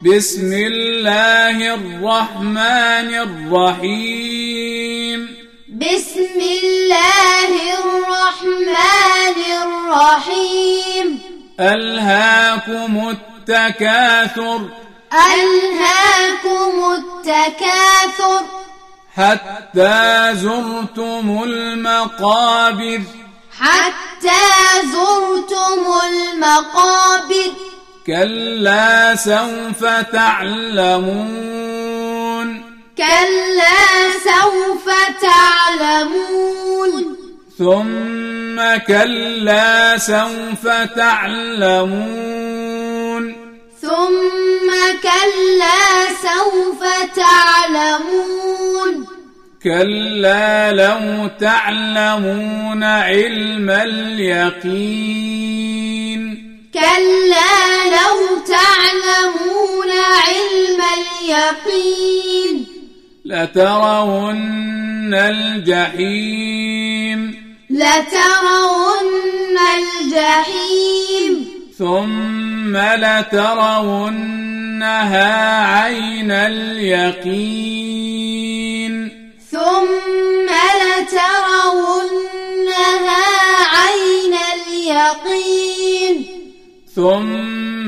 بسم الله الرحمن الرحيم. بسم الله الرحمن الرحيم. ألهاكم التكاثر. ألهاكم التكاثر. حتى زرتم المقابر. حتى زرتم المقابر. كلا سوف تعلمون. كلا سوف تعلمون. ثم كلا سوف تعلمون. ثم كلا سوف تعلمون. كلا لو تعلمون علم اليقين. كلا لو تعلمون علم اليقين. لترون الجحيم. لترون الجحيم. ثم لترونها عين اليقين. ثم لترونها عين اليقين. ثم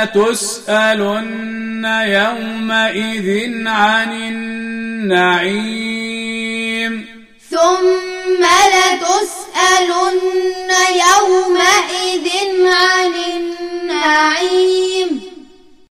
لتسألن يومئذ عن النعيم. ثم لتسألن يومئذ عن النعيم.